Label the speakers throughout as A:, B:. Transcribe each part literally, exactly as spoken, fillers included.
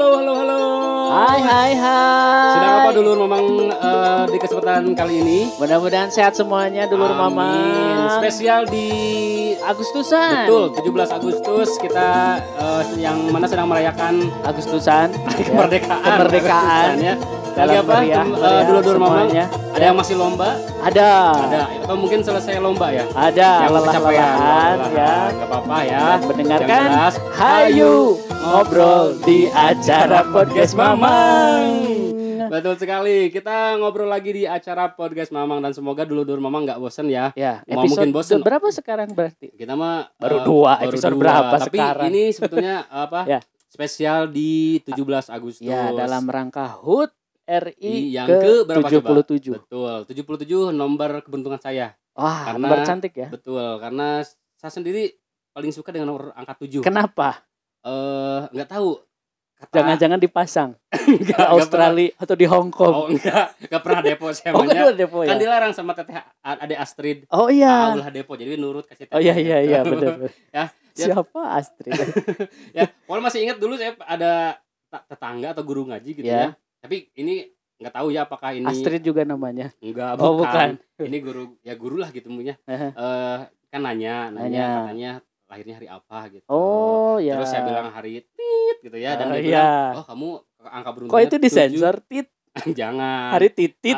A: halo, halo, halo.
B: Hai, hai, hai.
A: Sedang apa dulur Mamang uh, di kesempatan kali ini?
B: Mudah-mudahan sehat semuanya dulur
A: Amin.
B: Mamang.
A: Spesial di
B: Agustusan.
A: Betul, tujuh belas Agustus kita uh, yang mana sedang merayakan
B: Agustusan.
A: kemerdekaan.
B: Kemerdekaan.
A: Ya.
B: Dalam
A: Lagi apa?
B: meriah,
A: Uh,
B: meriah
A: dulur-dulur Mamang.
B: semuanya.
A: Ada yang masih lomba?
B: Ada.
A: Ada. Atau mungkin selesai lomba ya?
B: Ada.
A: Yang kecapean.
B: Lelah-lelahan ya.
A: Gak apa-apa ya.
B: Dan mendengarkan.
A: Yang jelas,
B: Hayu ngobrol di acara podcast Mamang.
A: Betul sekali. Kita ngobrol lagi di acara podcast Mamang dan semoga dulur-dulur Mamang nggak bosen ya.
B: Ya,
A: Mau
B: episode
A: mungkin bosen.
B: berapa sekarang berarti?
A: Kita mah
B: Baru
A: uh,
B: dua,
A: baru
B: episode
A: dua.
B: berapa
A: Tapi
B: sekarang?
A: ini sebetulnya apa?
B: Ya.
A: Spesial di tujuh belas Agustus.
B: Ya, dalam rangka H U T R I
A: yang ke berapa
B: tujuh puluh tujuh.
A: coba? Betul, tujuh puluh tujuh nomor keberuntungan saya.
B: Wah,
A: Karena-
B: nomor cantik ya.
A: Betul, karena saya sendiri paling suka dengan nomor angka tujuh.
B: Kenapa?
A: Eh, enggak tahu. Kata
B: Jangan-jangan dipasang
A: enggak,
B: di
A: enggak
B: Australia atau di Hong
A: pernah.
B: Kong.
A: Oh, enggak, enggak pernah depo saya
B: Oh,
A: namanya.
B: kan depo ya.
A: Kan dilarang sama Teteh Ade Astrid.
B: Oh
A: Ah,
B: iya.
A: ulah depo, jadi nurut kasih
B: Oh iya iya iya benar. benar.
A: Ya, ya.
B: Siapa Astrid?
A: Ya, Paul masih ingat dulu saya ada ta- tetangga atau guru ngaji gitu
B: Ya.
A: ya. Tapi ini nggak tahu ya apakah ini
B: Astrid juga namanya.
A: enggak
B: Oh,
A: bukan.
B: bukan.
A: Ini guru ya guru lah gitu punya.
B: Heeh.
A: Eh kan nanya, nanya,
B: Nanya.
A: katanya lahirnya hari apa gitu.
B: Oh ya.
A: Terus saya bilang hari tit gitu ya dan
B: Oh,
A: dia
B: iya.
A: bilang, "Oh, kamu angka
B: Kok
A: beruntungnya
B: itu disensor tit
A: tujuh." Jangan.
B: hari titit.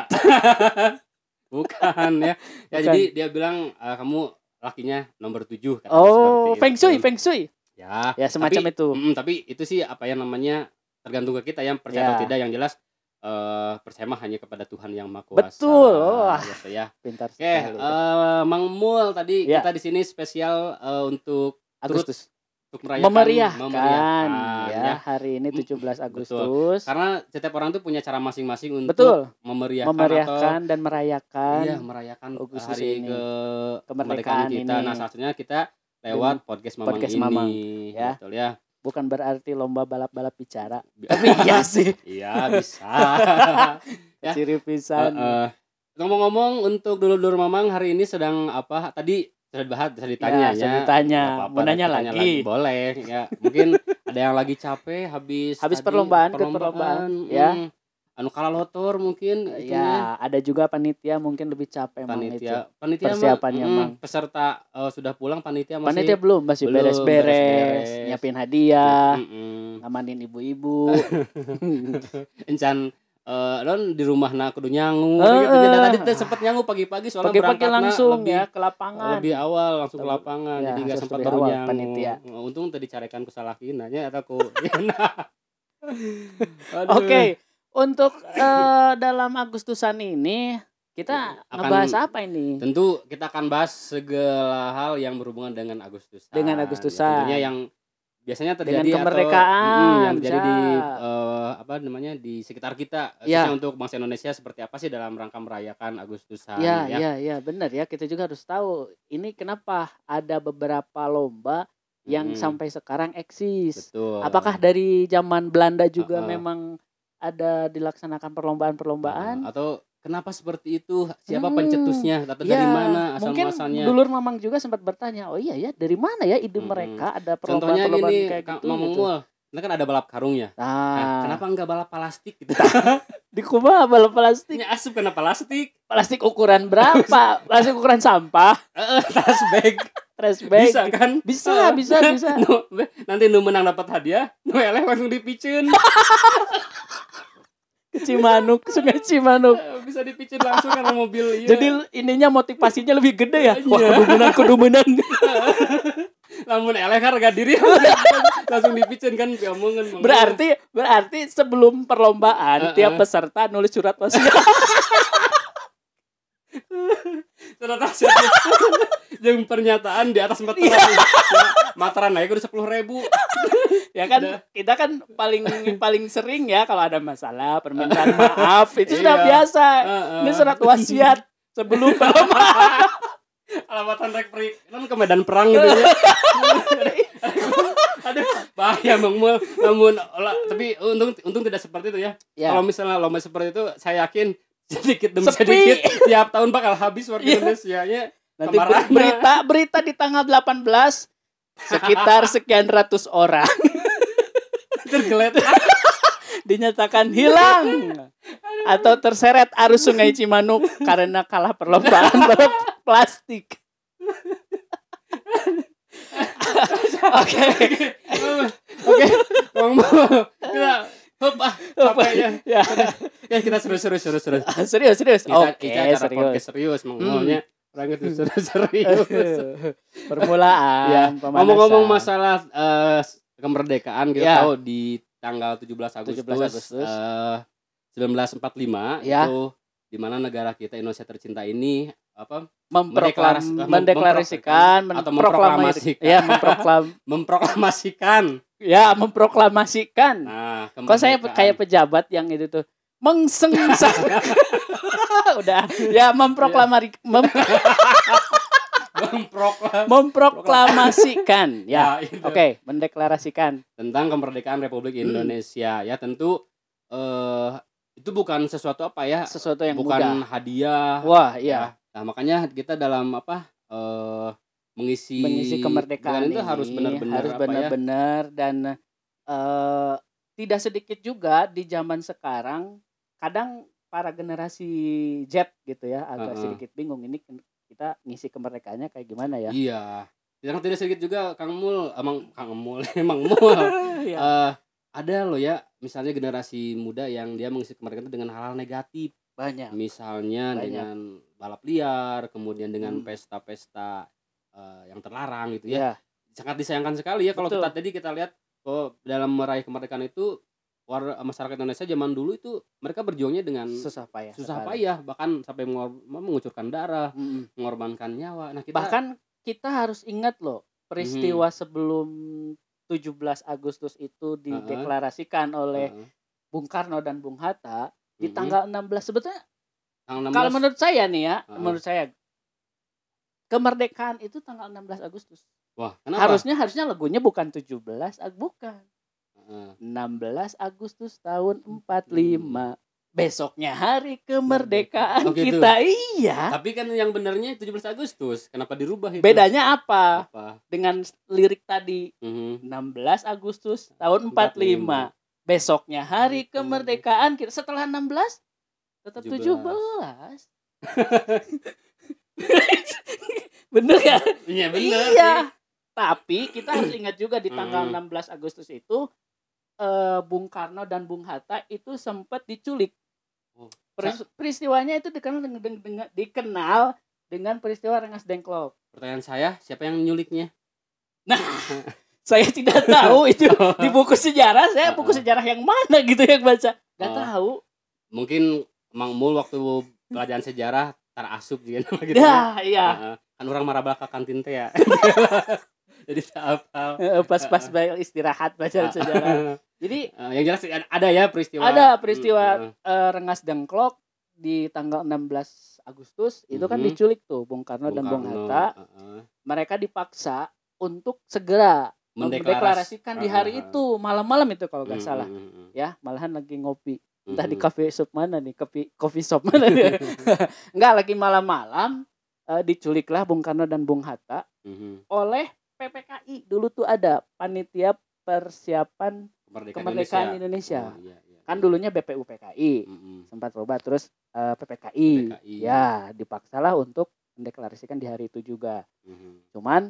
A: Bukan ya. Ya
B: Bukan.
A: jadi dia bilang "Eh, kamu lakinya nomor tujuh katanya
B: Oh,
A: seperti
B: feng shui,
A: itu.
B: feng shui.
A: Ya,
B: Ya semacam
A: tapi,
B: itu.
A: mm, tapi itu sih apa ya namanya tergantung ke kita yang percaya
B: Ya.
A: atau tidak. Yang jelas eh percaya mah hanya kepada Tuhan yang Maha Kuasa.
B: Betul. Wah.
A: Gitu ya.
B: Pintar
A: Oke,
B: sekali.
A: eh, Mang Mul tadi
B: Ya.
A: kita di sini spesial eh, untuk
B: Agustus.
A: untuk merayakan
B: Memeriahkan,
A: memeriahkan,
B: ya,
A: ya.
B: hari ini
A: Mm,
B: tujuh belas
A: betul.
B: Agustus.
A: Karena setiap orang tuh punya cara masing-masing untuk
B: Betul.
A: memeriahkan,
B: Memeriahkan dan
A: atau
B: merayakan.
A: iya, merayakan
B: Agustus
A: hari
B: ini.
A: ke
B: Kemerdekaan
A: kita.
B: ini.
A: Nah, salah satunya kita lewat podcast Mamang
B: Podcast
A: ini.
B: Mamang, ya.
A: Betul ya.
B: Bukan berarti lomba balap-balap bicara.
A: Bi-
B: Tapi iya sih.
A: Iya, bisa. Ya.
B: Ciri pisan.
A: Eh, eh. Ngomong-ngomong untuk dulur-dulur Mamang hari ini sedang apa? Tadi sudah dibahas, bisa ditanya
B: Ya,
A: ya.
B: sudah ditanya.
A: Nggak apa-apa,
B: Mau nanya
A: ditanya
B: lagi.
A: Boleh ya. Mungkin ada yang lagi capek habis
B: Habis
A: tadi
B: perlombaan, ikut perlombaan, ya.
A: hmm. Anu kalah lotor mungkin itunya.
B: Ya, ada juga panitia mungkin lebih capek emang itu.
A: panitia panitia
B: Persiapannya,
A: mah, mm,
B: Mang.
A: peserta eh, sudah pulang panitia masih
B: Panitia belum, masih
A: belum,
B: beres-beres,
A: beres-beres.
B: nyiapin hadiah,
A: Mm-mm.
B: ngamanin ibu-ibu.
A: encan eh don di rumah na kudu nyangu
B: Eh,
A: gitu. Dan
B: eh.
A: tadi teh sempet nyangu pagi-pagi soalnya
B: Pagi-pagi
A: berangkatna
B: langsung
A: lebih,
B: ya ke lapangan.
A: lebih awal langsung ke lapangan
B: Ya,
A: jadi nggak
B: harus
A: sempat
B: lebih
A: baru
B: awal,
A: nyangu.
B: panitia.
A: Untung tadi carekan ku salahina nya eta ku.
B: Oke, untuk eh, dalam Agustusan ini kita
A: Akan-
B: ngebahas apa ini?
A: Tentu kita akan bahas segala hal yang berhubungan dengan Agustusan.
B: Dengan Agustusan.
A: Ya, tentunya yang biasanya terjadi
B: Dengan kemerdekaan,
A: atau mm, yang terjadi di
B: bisa.
A: eh, apa namanya di sekitar kita,
B: Ya.
A: khususnya untuk bangsa Indonesia seperti apa sih dalam rangka merayakan Agustusan
B: Ya,
A: ya.
B: ya, ya, benar ya. Kita juga harus tahu ini kenapa ada beberapa lomba yang
A: Mm,
B: sampai sekarang eksis.
A: betul.
B: Apakah dari zaman Belanda juga
A: Uh-uh.
B: memang ada dilaksanakan perlombaan-perlombaan?
A: Uh, atau kenapa seperti itu? Siapa
B: Hmm,
A: pencetusnya? Atau
B: Ya,
A: dari mana asal
B: mungkin
A: muasalnya?
B: dulur Mamang juga sempat bertanya, oh iya ya, dari mana ya ide
A: Mm-mm.
B: mereka ada
A: Contohnya
B: perlombaan-perlombaan
A: gini,
B: kayak
A: Kang
B: gitu?
A: Mamang
B: gitu.
A: Mul, ini kan ada balap karung ya. Nah,
B: Nah,
A: kenapa enggak balap plastik gitu?
B: di kumaha balap plastik?
A: Ini asup kena plastik.
B: Plastik ukuran berapa? Plastik ukuran sampah,
A: Eh, tas bag.
B: trash bag.
A: Bisa kan?
B: Bisa,
A: Eh,
B: bisa, bisa.
A: nu, nanti nu menang dapat hadiah, nu eleh langsung dipicen.
B: Cimanuk, Sungai Cimanuk.
A: Eh, Bisa dipicen langsung karena mobil iya.
B: Jadi ininya motivasinya lebih gede ya. Wah,
A: Iya.
B: kudu menang, kudu menang.
A: lamun eleh harga diri langsung dipicen kan diomongan.
B: Berarti berarti sebelum perlombaan
A: Uh-uh.
B: tiap peserta nulis surat wasiat.
A: surat wasiat jeung pernyataan di atas materan.
B: Iya.
A: Ya, materan naik udah sepuluh ribu.
B: Ya kan
A: Udah.
B: kita kan paling paling sering ya kalau ada masalah permintaan maaf itu sudah
A: Iya.
B: biasa.
A: Uh-uh.
B: Ini surat wasiat sebelum perlombaan.
A: Alamatan rek peri kan ke medan perang gitu ya. Aduh, bahaya Bang Mul. Namun olah, tapi untung untung tidak seperti itu ya.
B: Ya.
A: Kalau misalnya lomba seperti itu saya yakin sedikit demi
B: Sepi.
A: sedikit tiap tahun bakal habis warga
B: Iya.
A: Indonesia nya.
B: Nanti
A: Kemarahan.
B: berita berita di tanggal delapan belas sekitar sekian ratus orang
A: Tergeletak.
B: dinyatakan hilang atau terseret arus Sungai Cimanuk karena kalah perlombaan balap plastik. Oke.
A: Oke. Bang Mo. Kita hop ah capek ya.
B: Ya.
A: Ya kita serius-serius serius-serius.
B: Serius, serius.
A: Kita,
B: Oke,
A: kita acara
B: serius.
A: podcast serius Mang
B: Hmm.
A: Mo-nya. Orang itu serius.
B: Permulaan
A: Ya,
B: pemanasan.
A: ngomong-ngomong masalah eh, kemerdekaan kita
B: Ya.
A: tahu di tanggal tujuh belas Agustus,
B: tujuh belas Agustus.
A: eh, seribu sembilan ratus empat puluh lima
B: Ya.
A: itu di mana negara kita Indonesia tercinta ini apa
B: Mempreklam,
A: Mendeklaras- mem-
B: mendeklarasikan,
A: atau
B: memproklamasi-
A: memproklamasikan.
B: ya, memproklam,
A: memproklamasikan.
B: ya, memproklamasikan.
A: Nah,
B: Kok saya
A: kemerdekaan.
B: kayak pejabat yang itu tuh mengsengsar. Udah, ya memproklamari, mem-
A: Memproklam-
B: memproklamasikan, ya.
A: Ya, itu.
B: Oke, mendeklarasikan.
A: Tentang kemerdekaan Republik
B: Hmm.
A: Indonesia. Ya tentu eh itu bukan sesuatu apa ya?
B: Sesuatu yang
A: bukan
B: mudah.
A: hadiah.
B: Wah,
A: Ya.
B: iya.
A: Nah, makanya kita dalam apa eh mengisi
B: Mengisi kemerdekaan
A: itu
B: ini
A: harus benar-benar
B: harus
A: apa ya?
B: benar-benar dan eh tidak sedikit juga di zaman sekarang kadang para generasi Z gitu ya agak
A: Heeh.
B: sedikit bingung ini kita ngisi kemerdekaannya kayak gimana ya.
A: Iya. Yang tidak sedikit juga Kang Mul, emang Kang Mul, emang Mul.
B: Iya.
A: Eh, ada loh ya, misalnya generasi muda yang dia mengisi kemerdekaan itu dengan hal-hal negatif.
B: Banyak.
A: Misalnya
B: Banyak.
A: dengan balap liar, kemudian dengan
B: Hmm.
A: pesta-pesta eh, yang terlarang gitu
B: Ya,
A: ya. Sangat disayangkan sekali ya kalau
B: Betul.
A: kita tadi kita lihat oh, dalam meraih kemerdekaan itu warga masyarakat Indonesia zaman dulu itu mereka berjuangnya dengan
B: susah payah.
A: susah
B: sekali.
A: payah, bahkan sampai mengor- mengucurkan darah,
B: Mm-mm.
A: mengorbankan nyawa. Nah, kita
B: Bahkan kita harus ingat loh peristiwa sebelum tujuh belas Agustus itu dideklarasikan oleh
A: Heeh.
B: Bung Karno dan Bung Hatta di
A: Mhm.
B: tanggal enam belas sebetulnya.
A: tanggal enam belas
B: Kalau menurut saya nih ya,
A: Heeh.
B: menurut saya kemerdekaan itu tanggal enam belas Agustus.
A: Wah, kenapa?
B: Harusnya harusnya lagunya bukan tujuh belas, ag- bukan.
A: Heeh.
B: enam belas Agustus tahun empat puluh lima. Besoknya hari kemerdekaan
A: Oh, gitu.
B: kita. Iya.
A: Tapi kan yang benernya tujuh belas Agustus. Kenapa dirubah itu?
B: Bedanya apa?
A: Apa?
B: Dengan lirik tadi
A: Mhm.
B: enam belas Agustus tahun empat puluh lima. Besoknya hari kemerdekaan kita. Setelah enam belas tetap tujuh
A: tujuh
B: belas. Bener ya?
A: Iya bener
B: Iya.
A: sih.
B: Tapi kita harus ingat juga di tanggal
A: Hmm.
B: enam belas Agustus itu eh, Bung Karno dan Bung Hatta itu sempat diculik.
A: Oh,
B: Peris- peristiwanya itu dikenal dengan, dengan dikenal dengan peristiwa Rengas Dengklok.
A: Pertanyaan saya, siapa yang nyuliknya?
B: Saya tidak tahu itu
A: Oh.
B: di buku sejarah. Saya buku sejarah yang mana gitu yang baca. Gak
A: Oh.
B: tahu.
A: Mungkin Mang Mul waktu pelajaran sejarah terasup juga nama gitu.
B: Ya, iya.
A: Heeh. Kan orang marah ke kantin teh ya. Jadi tak hafal.
B: Eh, Pas-pas baik istirahat baca sejarah. Jadi
A: Eh, yang jelas ada ya peristiwa.
B: ada peristiwa
A: Hmm,
B: eh, Rengas Dengklok di tanggal enam belas Agustus itu kan
A: Mhm.
B: diculik tuh Bung Karno
A: Bung
B: dan Bung
A: Karno,
B: Hatta.
A: heeh.
B: Mereka dipaksa untuk segera
A: Mendeklaras-
B: mendeklarasikan di hari
A: Heeh.
B: itu malam-malam itu kalau nggak
A: Hmm,
B: salah
A: hmm, hmm,
B: ya, malahan lagi ngopi entah di
A: hmm.
B: cafe shop mana nih, kopi coffee shop mana nih. Enggak, lagi malam-malam eh, diculiklah Bung Karno dan Bung Hatta
A: Hmm.
B: oleh P P K I. Dulu tuh ada panitia persiapan
A: Kemerdekaan,
B: kemerdekaan Indonesia.
A: Oh, iya, iya.
B: Kan dulunya B P U P K I.
A: Hmm,
B: Sempat berubah terus eh, P P K I.
A: P P K I.
B: Ya, dipaksalah untuk mendeklarasikan di hari itu juga.
A: hmm.
B: Cuman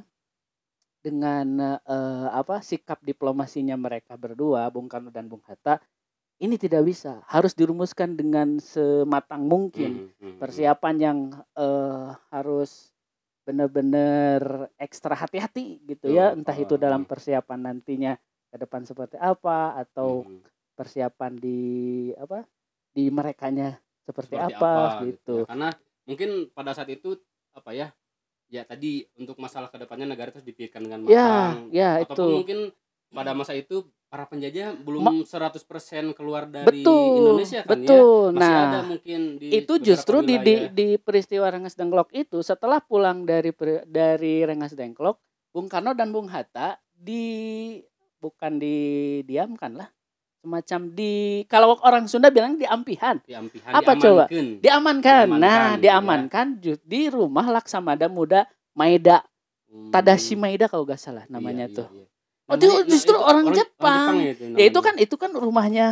B: dengan eh, apa sikap diplomasinya mereka berdua, Bung Karno dan Bung Hatta, ini tidak bisa. Harus dirumuskan dengan sematang mungkin.
A: Hmm, hmm, hmm.
B: Persiapan yang eh, harus benar-benar ekstra hati-hati gitu ya.
A: Betul.
B: Entah itu dalam persiapan nantinya ke depan seperti apa, atau
A: Hmm.
B: persiapan di apa di merekanya seperti,
A: Seperti
B: apa,
A: ya.
B: gitu.
A: Karena mungkin pada saat itu apa ya? Ya tadi untuk masalah kedepannya negara terus dipikirkan dengan
B: Ya,
A: matang.
B: ya
A: Ataupun
B: itu.
A: mungkin pada masa itu para penjajah belum
B: Ma-
A: seratus persen keluar dari
B: Betul,
A: Indonesia kan
B: betul.
A: ya. Masih
B: Nah,
A: ada mungkin di
B: itu
A: beberapa
B: justru di, di
A: wilayah.
B: di peristiwa Rengas Dengklok itu, setelah pulang dari per- dari Rengas Dengklok, Bung Karno dan Bung Hatta di bukan didiamkan lah, semacam di, kalau orang Sunda bilang diampihan,
A: diampihan,
B: apa coba?
A: diamankan.
B: diamankan.
A: Diamankan,
B: Nah,
A: ya.
B: diamankan ju- di rumah Laksamada Muda Maeda,
A: Hmm.
B: Tadashi Maeda kalau gak salah
A: Iya,
B: namanya
A: iya,
B: tuh.
A: iya.
B: Oh, itu justru orang Jepang.
A: itu
B: Ya itu
A: namanya.
B: kan itu kan rumahnya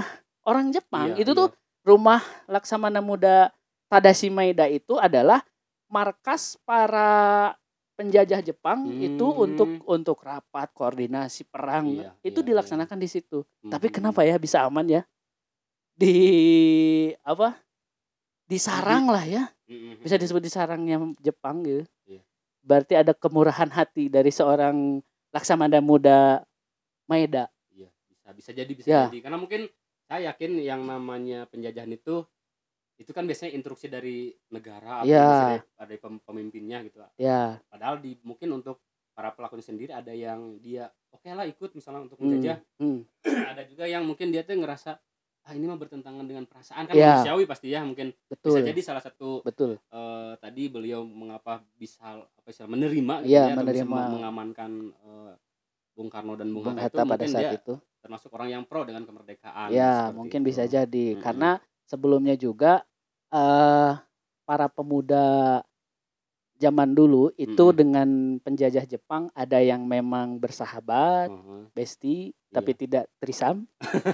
B: orang Jepang
A: Iya,
B: itu
A: iya.
B: tuh rumah Laksamana Muda Tadashi Maeda itu adalah markas para penjajah Jepang itu untuk
A: Hmm.
B: untuk rapat koordinasi perang
A: Iya,
B: itu
A: iya, iya.
B: dilaksanakan di situ. Tapi
A: Mhm.
B: kenapa ya bisa aman ya? Di apa? Disarang lah ya.
A: Mhm,
B: Bisa
A: mhm.
B: disebut disarangnya Jepang gitu.
A: Iya.
B: Berarti ada kemurahan hati dari seorang Laksamana Muda Maeda.
A: Iya, bisa bisa jadi bisa
B: Ya.
A: jadi. Karena mungkin saya yakin yang namanya penjajahan itu itu kan biasanya instruksi dari negara atau
B: Ya.
A: biasanya dari, dari pem- pemimpinnya gitu.
B: Ya.
A: Padahal di mungkin untuk para pelakunya sendiri ada yang dia oke lah ikut misalnya untuk
B: Hmm,
A: menjajah.
B: hmm.
A: Ada juga yang mungkin dia tuh ngerasa ah ini mah bertentangan dengan perasaan kan
B: Ya.
A: manusiawi pasti ya mungkin bisa
B: Betul.
A: jadi salah satu
B: Betul.
A: eh, tadi beliau mengapa bisa apa sih menerima gitu
B: Iya,
A: ya atau bisa
B: menerima.
A: me- mengamankan eh, Bung Karno dan Bung
B: Bung
A: Hatta itu
B: Hatta pada
A: mungkin
B: saat
A: dia
B: itu.
A: termasuk orang yang pro dengan kemerdekaan
B: Ya,
A: seperti
B: mungkin
A: itu.
B: bisa jadi
A: Mm-mm.
B: karena sebelumnya juga eh para pemuda zaman dulu itu
A: Mm-mm.
B: dengan penjajah Jepang ada yang memang bersahabat,
A: Uh-huh.
B: bestie,
A: Iya.
B: tapi tidak trisam.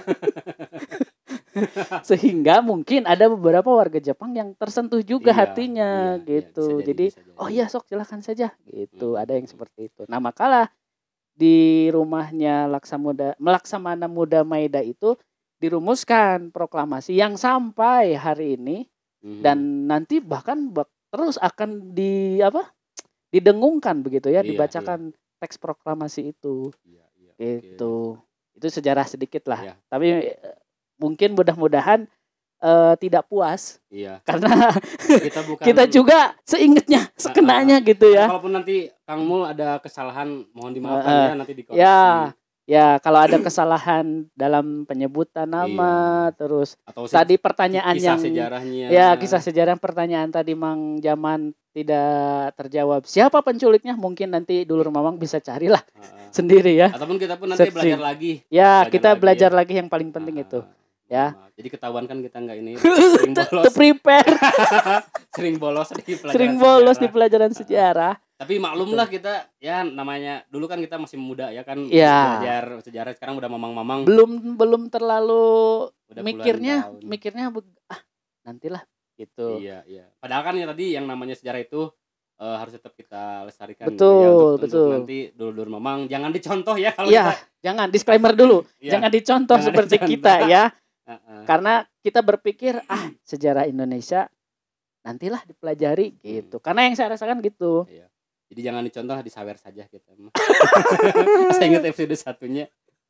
B: Sehingga mungkin ada beberapa warga Jepang yang tersentuh juga
A: Iya,
B: hatinya
A: iya, iya,
B: gitu.
A: bisa jadi,
B: Jadi,
A: bisa jadi.
B: oh iya sok silakan saja gitu.
A: Mm-mm.
B: Ada yang seperti itu. Nah, makalah di rumahnya Laksamuda Laksamana Muda Maeda itu dirumuskan proklamasi yang sampai hari ini
A: Mhm.
B: dan nanti bahkan bak- terus akan di apa? didengungkan begitu ya,
A: Iya,
B: dibacakan teks proklamasi itu.
A: Iya, iya, oke.
B: Gitu. Itu sejarah sedikit lah.
A: Iya.
B: Tapi eh, mungkin mudah-mudahan eh, tidak puas
A: Iya.
B: karena
A: Kita bukan
B: kita juga seingetnya, sekenanya gitu ya.
A: Walaupun nanti Kang Mul ada kesalahan mohon dimaafkan
B: Eh,
A: ya nanti dikoreksi.
B: Ya, ya kalau ada kesalahan dalam penyebutan nama,
A: Iya.
B: terus
A: Atau se-
B: tadi pertanyaan
A: kisah
B: yang
A: sejarahnya.
B: ya kisah sejarah pertanyaan tadi Mang Jaman tidak terjawab. Siapa penculiknya? Mungkin nanti dulur Mamang bisa carilah
A: Heeh.
B: sendiri ya.
A: Ataupun kita pun nanti
B: Searching.
A: belajar lagi.
B: Ya,
A: Belajar
B: kita
A: lagi
B: belajar
A: ya.
B: lagi yang paling penting
A: Ah,
B: itu.
A: ah,
B: Ya.
A: maaf. Jadi ketahuan kan kita nggak ini sering
B: Tuh
A: bolos.
B: prepare,
A: Sering bolos di pelajaran
B: sering bolos
A: sejarah.
B: di pelajaran sejarah.
A: Tapi maklum lah kita ya namanya dulu kan kita masih muda ya kan
B: Ya.
A: belajar sejarah sekarang udah mamang-mamang.
B: Belum belum terlalu
A: Udah puluhan
B: mikirnya,
A: tahun.
B: mikirnya be- ah nantilah gitu.
A: Iya, iya. Padahal kan ya tadi yang namanya sejarah itu eh, harus tetap kita lestarikan gitu
B: Betul,
A: ya untuk, untuk
B: betul.
A: nanti dulur-dulur mamang jangan dicontoh ya kalau
B: Iya,
A: kita.
B: jangan disclaimer dulu.
A: Iya,
B: Jangan dicontoh
A: jangan
B: seperti
A: dicontoh.
B: kita ya.
A: Heeh.
B: Karena kita berpikir ah sejarah Indonesia nantilah dipelajari gitu. Karena yang saya rasakan gitu.
A: Iya. Jadi jangan dicontoh, disawer saja kita. Saya ingat episode satunya.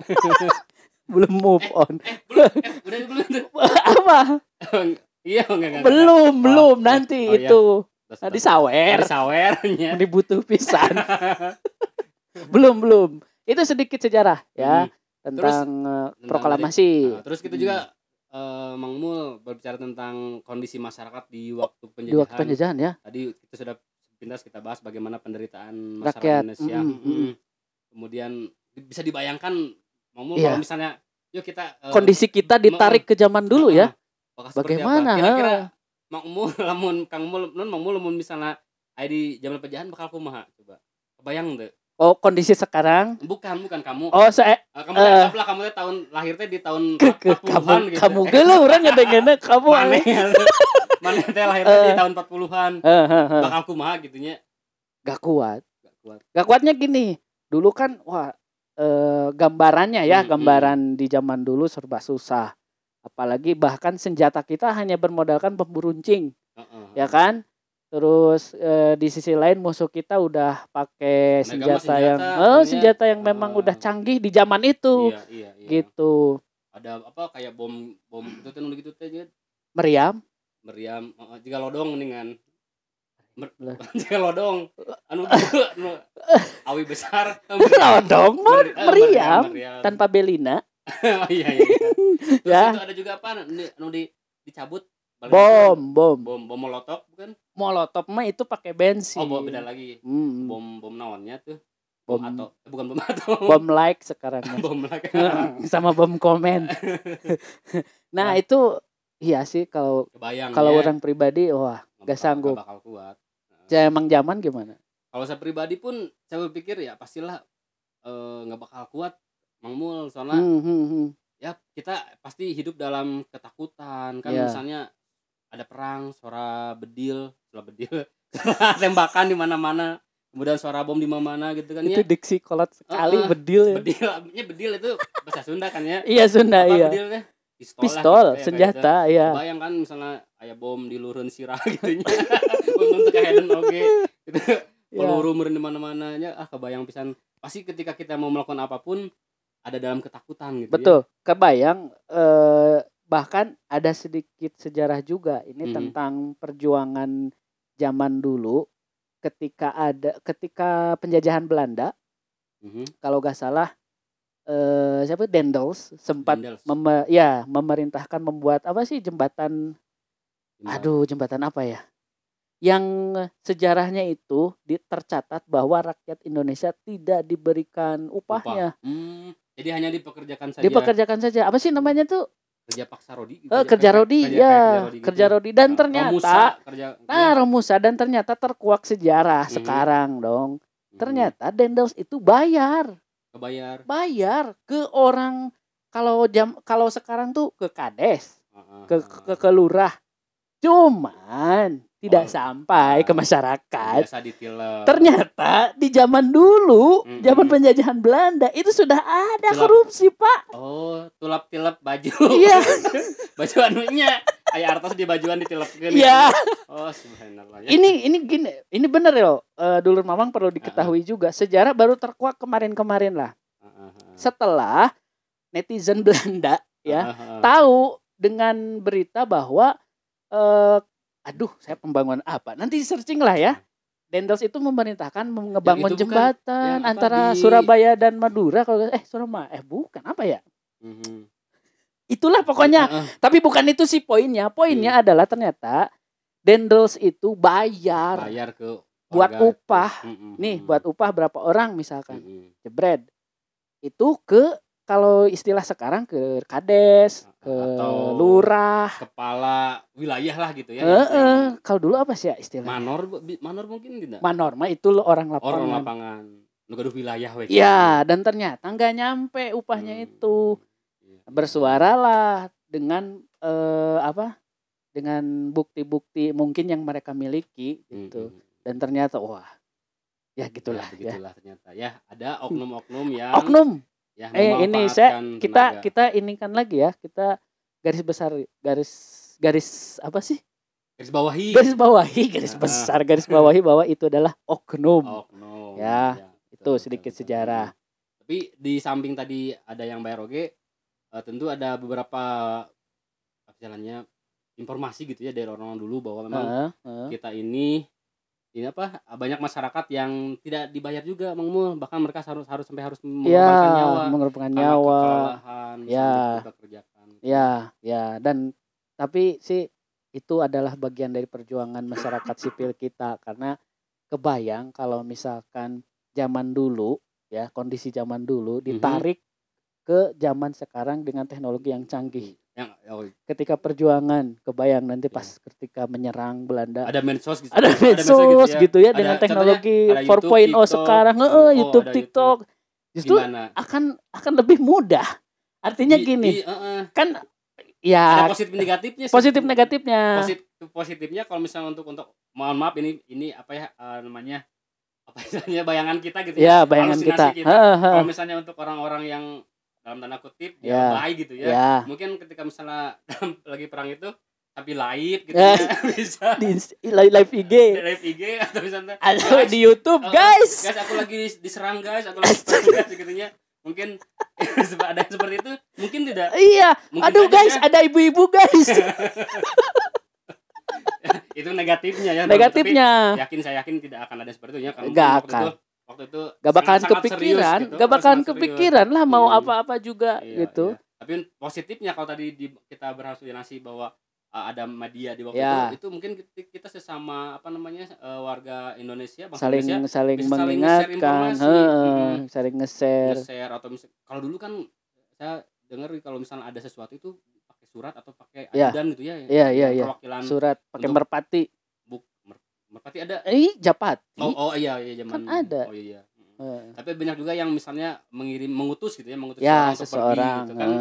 B: Belum move on.
A: Eh, belum, eh, udah belum.
B: Apa?
A: Iya, enggak enggak.
B: Belum,
A: Oh,
B: belum
A: iya.
B: nanti
A: Oh, iya.
B: itu.
A: Terus,
B: Nah,
A: terus.
B: disawer.
A: Oh, disawernya.
B: Dibutuh pisan. belum, belum. Itu sedikit sejarah ya
A: Hmm.
B: tentang eh, proklamasi.
A: Nah, terus kita juga eh, Mang Mul berbicara tentang kondisi masyarakat di waktu
B: Di
A: penjajahan.
B: waktu penjajahan ya.
A: Tadi kita sudah sepintas kita bahas bagaimana penderitaan masyarakat
B: Rakyat.
A: Indonesia.
B: Mm,
A: Mm-mm.
B: mm.
A: Kemudian bisa dibayangkan Mang Mul
B: Iya.
A: kalau misalnya yuk kita eh,
B: Kondisi kita ditarik ke zaman dulu ya.
A: bakal seperti
B: Bagaimana?
A: apa? Kira-kira
B: Ha?
A: Mang Mul lamun Kang Mul non Mang Mul lamun misalnya aya di zaman penjajahan bakal kumaha coba. Kebayang teu?
B: Oh, kondisi sekarang.
A: Bukan, bukan kamu.
B: Oh, saya
A: Eh, kamu
B: eh,
A: teh anggaplah kamu teh tahun lahir teh di tahun
B: ke, ke,
A: empat puluhan
B: kamu
A: gitu.
B: kamu geuleuh urang ngedengeunna kamu
A: Maneh.
B: aneh.
A: Maneh teh lahir teh di
B: Eh.
A: tahun empat puluhan.
B: Eh, eh, eh.
A: Bakal kumaha gitu nya.
B: Gak kuat.
A: Gak kuat.
B: Gak kuatnya gini. Dulu kan wah eh, gambarannya ya,
A: Hmm,
B: gambaran di zaman dulu serba susah. Apalagi bahkan senjata kita hanya bermodalkan pemburu runcing,
A: Heeh.
B: ya kan? Terus eh, di sisi lain musuh kita udah pakai
A: Mereka mah
B: senjata,
A: senjata,
B: yang eh,
A: dunia,
B: senjata yang memang
A: eh,
B: udah canggih di zaman itu,
A: Iya, iya, iya.
B: gitu.
A: Ada apa kayak bom bom itu teh nu gitu teh Jet.
B: Meriam,
A: Meriam, heeh, jiga lodong mendingan. Mer-
B: Lah.
A: jiga lodong. Anu anu awi besar.
B: lodong mah
A: Meri- eh,
B: meriam
A: meriam.
B: tanpa belina,
A: Oh iya iya. Terus
B: ya.
A: itu ada juga apa anu di dicabut balik
B: Bom,
A: itu.
B: bom,
A: bom bom molotov bukan?
B: molotov mah itu pakai bensin.
A: Oh, bom beda lagi.
B: Hmm,
A: Bom bom naonnya tuh? Bom,
B: Bom-
A: atau eh, bukan bom atau.
B: bom like sekarang mah.
A: bom lagi.
B: Sama bom komen. Nah,
A: Ya.
B: itu iya sih kalau
A: Kebayang
B: kalau
A: ya.
B: orang pribadi wah
A: Nggak
B: gak
A: bakal-
B: sanggup.
A: nggak bakal kuat. Nah,
B: Ya, emang zaman gimana?
A: kalau saya pribadi pun saya berpikir ya pastilah eh, nggak bakal kuat Mang Mul soalnya
B: Hmm, hmm, hmm.
A: ya kita pasti hidup dalam ketakutan kan,
B: Iya.
A: misalnya ada perang, suara bedil, suara bedil, tembakan di mana-mana, kemudian suara bom di mana-mana gitu kan
B: Itu
A: ya.
B: diksi kolot sekali,
A: Heeh,
B: bedil ya.
A: bedil, ya bedil itu bahasa Sunda kan ya.
B: Iya Sunda,
A: Apa
B: iya.
A: bedil teh? Pistol, lah
B: Pistol,
A: gitu ya, kayak gitu.
B: senjata, ya.
A: Kebayang kan misalnya aya bom di lureun sirah gitunya. Untuk kaheden oge gitu.
B: Ya.
A: Peluru meureun di mana-mana nya, ah kebayang pisan. Pasti ketika kita mau melakukan apapun ada dalam ketakutan gitu ya.
B: Betul, kebayang, eh, bahkan ada sedikit sejarah juga ini
A: Mhm.
B: tentang perjuangan zaman dulu ketika ada ketika penjajahan Belanda,
A: Mhm.
B: kalau nggak salah eh, siapa Dendels sempat
A: Dendels.
B: meme- ya memerintahkan membuat apa sih jembatan,
A: Jembatan.
B: aduh jembatan apa ya? Yang sejarahnya itu di- tercatat bahwa rakyat Indonesia tidak diberikan upahnya,
A: Upah. Hmm, jadi hanya dipekerjakan saja.
B: dipekerjakan saja. Apa sih namanya tuh?
A: Kerja paksa Rodi.
B: Eh, kerja Rodi,
A: kerja,
B: ya,
A: kayak kerja Rodi gitu.
B: kerja Rodi. Dan
A: Nah,
B: ternyata,
A: Romusa, kerja,
B: nah Romusa dan ternyata terkuak sejarah
A: Mhm.
B: sekarang dong.
A: Mhm.
B: Ternyata Dendels itu bayar,
A: Kebayar.
B: bayar ke orang, kalau jam kalau sekarang tuh ke kades,
A: Heeh,
B: ke
A: heeh.
B: ke, ke lurah. Cuman tidak
A: Oh,
B: sampai
A: nah,
B: ke masyarakat.
A: biasa ditilep.
B: Ternyata di zaman dulu,
A: Mm-mm.
B: zaman penjajahan Belanda itu sudah ada
A: Tulap.
B: korupsi, Pak.
A: Oh, tulap tilep baju.
B: Iya.
A: Baju anunya. Aya artos di bajuan ditilepkeun.
B: Iya.
A: Oh, subhanallah. Ya.
B: Ini ini gini, ini bener ya, uh, Dulur Mamang perlu diketahui juga. Sejarah baru terkuak kemarin-kemarin lah.
A: Heeh, heeh.
B: Setelah netizen Belanda ya
A: Heeh, heeh.
B: tahu dengan berita bahwa uh, aduh, saya pembangunan apa? Nanti searching lah ya. Dendels itu memerintahkan
A: Yang
B: mengebangun
A: itu bukan,
B: jembatan
A: yang apa,
B: antara
A: di-
B: Surabaya dan Madura kalau eh Surabaya eh bukan apa ya?
A: Mhm.
B: Itulah pokoknya.
A: Heeh.
B: Tapi bukan itu sih poinnya. Poinnya
A: Hmm.
B: adalah ternyata Dendels itu bayar,
A: Bayar ke
B: buat
A: warga itu.
B: upah.
A: Mm-mm.
B: Nih, buat upah berapa orang misalkan.
A: Mm-mm.
B: Jebret. Itu ke kalau istilah sekarang ke kades, ke
A: Atau
B: lurah,
A: kepala wilayah lah gitu ya.
B: Heeh,
A: yang-
B: kalau dulu apa sih ya istilahnya?
A: Manor, bi- manor mungkin tidak.
B: Manor mah itu lo orang lapangan.
A: Orang lapangan. Nugaduh wilayah we.
B: Ya, dan ternyata nggak nyampe upahnya
A: Hmm.
B: itu.
A: Iya.
B: Bersuaralah dengan eh, apa? Dengan bukti-bukti mungkin yang mereka miliki gitu.
A: Mm-mm.
B: Dan ternyata wah, ya gitulah
A: Ya,
B: ya.
A: begitulah ternyata. Ya, ada oknum-oknum yang
B: Oknum.
A: ya,
B: Eh ini saya
A: memanfaatkan
B: kita
A: tenaga.
B: kita ini kan lagi ya, kita garis besar garis garis apa sih?
A: Garis bawahi.
B: Garis bawahi, garis
A: Ah.
B: besar garis bawahi bahwa itu adalah oknum.
A: Oknum.
B: Ya, itu
A: betul,
B: sedikit
A: betul, betul.
B: sejarah.
A: Tapi di samping tadi ada yang bayar oge, eh, tentu ada beberapa apa jalannya informasi gitu ya dari orang-orang dulu bahwa memang
B: Heeh, heeh.
A: kita ini ini apa banyak masyarakat yang tidak dibayar juga Mang Mul, bahkan mereka harus harus sampai harus mengorbankan
B: Ya,
A: nyawa
B: mengorbankan
A: karena
B: nyawa.
A: kelelahan
B: Ya.
A: misalnya dipekerjakan gitu.
B: Ya, ya, dan tapi sih itu adalah bagian dari perjuangan masyarakat sipil kita karena kebayang kalau misalkan zaman dulu ya, kondisi zaman dulu ditarik ke zaman sekarang dengan teknologi yang canggih.
A: Yang oh,
B: Ketika perjuangan, kebayang nanti pas ketika menyerang Belanda.
A: ada medsos gitu.
B: Ada medsos gitu ya,
A: Ada-
B: dengan
A: contohnya
B: teknologi
A: ada
B: empat
A: YouTube,
B: titik nol
A: TikTok.
B: sekarang, heeh,
A: Oh,
B: YouTube,
A: ada
B: TikTok. Justru
A: Gimana?
B: akan akan lebih mudah. Artinya
A: Di-
B: gini,
A: di- eh, eh.
B: kan
A: ada
B: ya
A: positif negatifnya sih.
B: positif negatifnya.
A: Positif positifnya kalau misalnya untuk untuk mohon maaf ini ini apa ya eh, namanya apa istilahnya bayangan kita gitu
B: Ya, bayangan
A: halusinasi
B: kita. Heeh, heeh.
A: Kalau misalnya untuk orang-orang yang dalam tanda kutip dia
B: Ya.
A: baik gitu ya.
B: Ya.
A: Mungkin ketika misalnya lagi perang itu tapi live gitu
B: Ya.
A: ya bisa
B: Di live, live I G
A: di live I G atau misalnya
B: atau
A: guys,
B: di YouTube,
A: eh,
B: guys.
A: guys aku lagi dis- diserang guys aku lagi diserang guys gitu ya. Mungkin ada yang seperti itu mungkin tidak
B: Iya.
A: mungkin
B: Aduh
A: saja
B: guys,
A: ya.
B: ada ibu-ibu guys.
A: Itu negatifnya ya.
B: Negatifnya.
A: Tapi yakin saya yakin tidak akan ada seperti itu ya karena
B: Nggak
A: waktu
B: akan.
A: itu waktu itu
B: Gak bakalan
A: sangat-sangat serius
B: kepikiran,
A: gitu.
B: gak
A: Oh,
B: bakalan
A: sangat serius.
B: kepikiran lah mau
A: Hmm.
B: apa-apa juga
A: Iya,
B: gitu.
A: iya. Tapi positifnya kalau tadi di, kita berhalusinasi bahwa uh, ada media di waktu
B: Ya.
A: itu, itu mungkin kita, kita sesama apa namanya uh, warga Indonesia, bangsa
B: Saling
A: Indonesia
B: saling
A: bisa saling share
B: mengingatkan,
A: informasi.
B: heeh,
A: Mm-mm.
B: saling nge-share.
A: nge-share atau misal kalau dulu kan saya dengar kalau misalnya ada sesuatu itu pakai surat atau pakai
B: Ya.
A: ajudan gitu ya.
B: Iya, iya,
A: yang
B: iya.
A: Perwakilan
B: Surat pakai
A: untuk-
B: merpati.
A: buk mer- merpati ada.
B: Eh, Japati.
A: Oh, oh iya iya zaman
B: Kan ada.
A: Oh iya. Mm.
B: Heeh.
A: Tapi banyak juga yang misalnya mengirim mengutus gitu ya, mengutus
B: Ya,
A: seseorang untuk pergi
B: seseorang.
A: gitu kan.
B: heeh.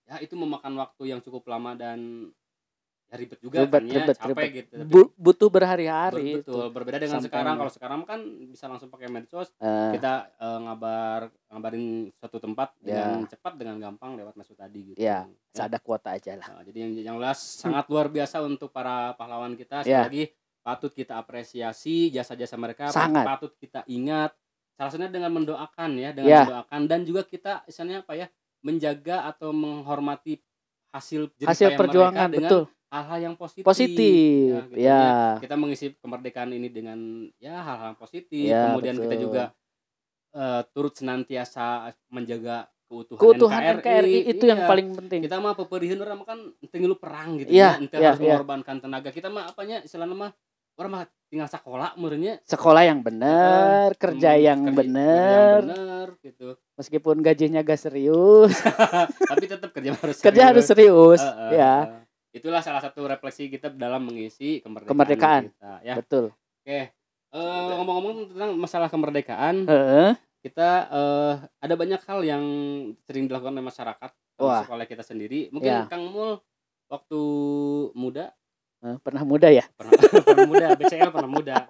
A: ya itu memakan waktu yang cukup lama dan ya ribet juga
B: Ribet,
A: kan ya,
B: ribet,
A: capek
B: ribet.
A: gitu. Tapi
B: Bu- butuh berhari-hari
A: ber- betul,
B: itu.
A: berbeda dengan
B: Sampainya.
A: sekarang. Kalau sekarang kan bisa langsung pakai medsos,
B: Eh,
A: kita eh, ngabar ngabarin suatu tempat
B: Ya.
A: dengan cepat dengan gampang lewat medsos tadi gitu.
B: Ya,
A: Ya.
B: seada kuota aja lah.
A: Nah, jadi yang yang jelas sangat luar biasa untuk para pahlawan kita. Sekali
B: Ya.
A: lagi patut kita apresiasi jasa-jasa mereka,
B: Sangat.
A: patut kita ingat. Salah satunya dengan mendoakan ya, dengan
B: Ya.
A: mendoakan dan juga kita misalnya apa ya, menjaga atau menghormati hasil jerih
B: Hasil
A: payah
B: perjuangan,
A: mereka dengan
B: betul.
A: hal-hal yang positif.
B: Positif,
A: Ya, gitu
B: ya.
A: Kita mengisi kemerdekaan ini dengan ya hal-hal positif.
B: Ya,
A: Kemudian kita
B: betul.
A: juga eh, turut senantiasa menjaga keutuhan,
B: Keutuhan
A: N K R I.
B: N K R I itu yang
A: Iya.
B: paling penting.
A: Kita mah peperiheun urang mah kan teu perang gitu
B: Iya,
A: ya, ente
B: iya,
A: harus
B: iya.
A: mengorbankan tenaga. Kita mah apanya istilahna mah orang mah tinggal sekolah meureunnya.
B: Sekolah yang benar, kerja
A: Em,
B: yang
A: kerja-
B: benar,
A: kerja yang bener gitu.
B: meskipun gajinya gak serius,
A: Tapi tetap kerja harus
B: kerja harus serius,
A: Eh, eh,
B: ya,
A: eh. Itulah salah satu refleksi kita dalam mengisi kemerdekaan,
B: Kemerdekaan.
A: kita ya.
B: betul.
A: Oke. Eh, ngomong-ngomong tentang masalah kemerdekaan,
B: Heeh.
A: kita eh, ada banyak hal yang sering dilakukan oleh masyarakat,
B: Wah.
A: termasuk oleh kita sendiri. Mungkin
B: Ya.
A: Kang Mul waktu muda
B: Eh, pernah muda ya?
A: pernah, pernah muda, B C L pernah muda,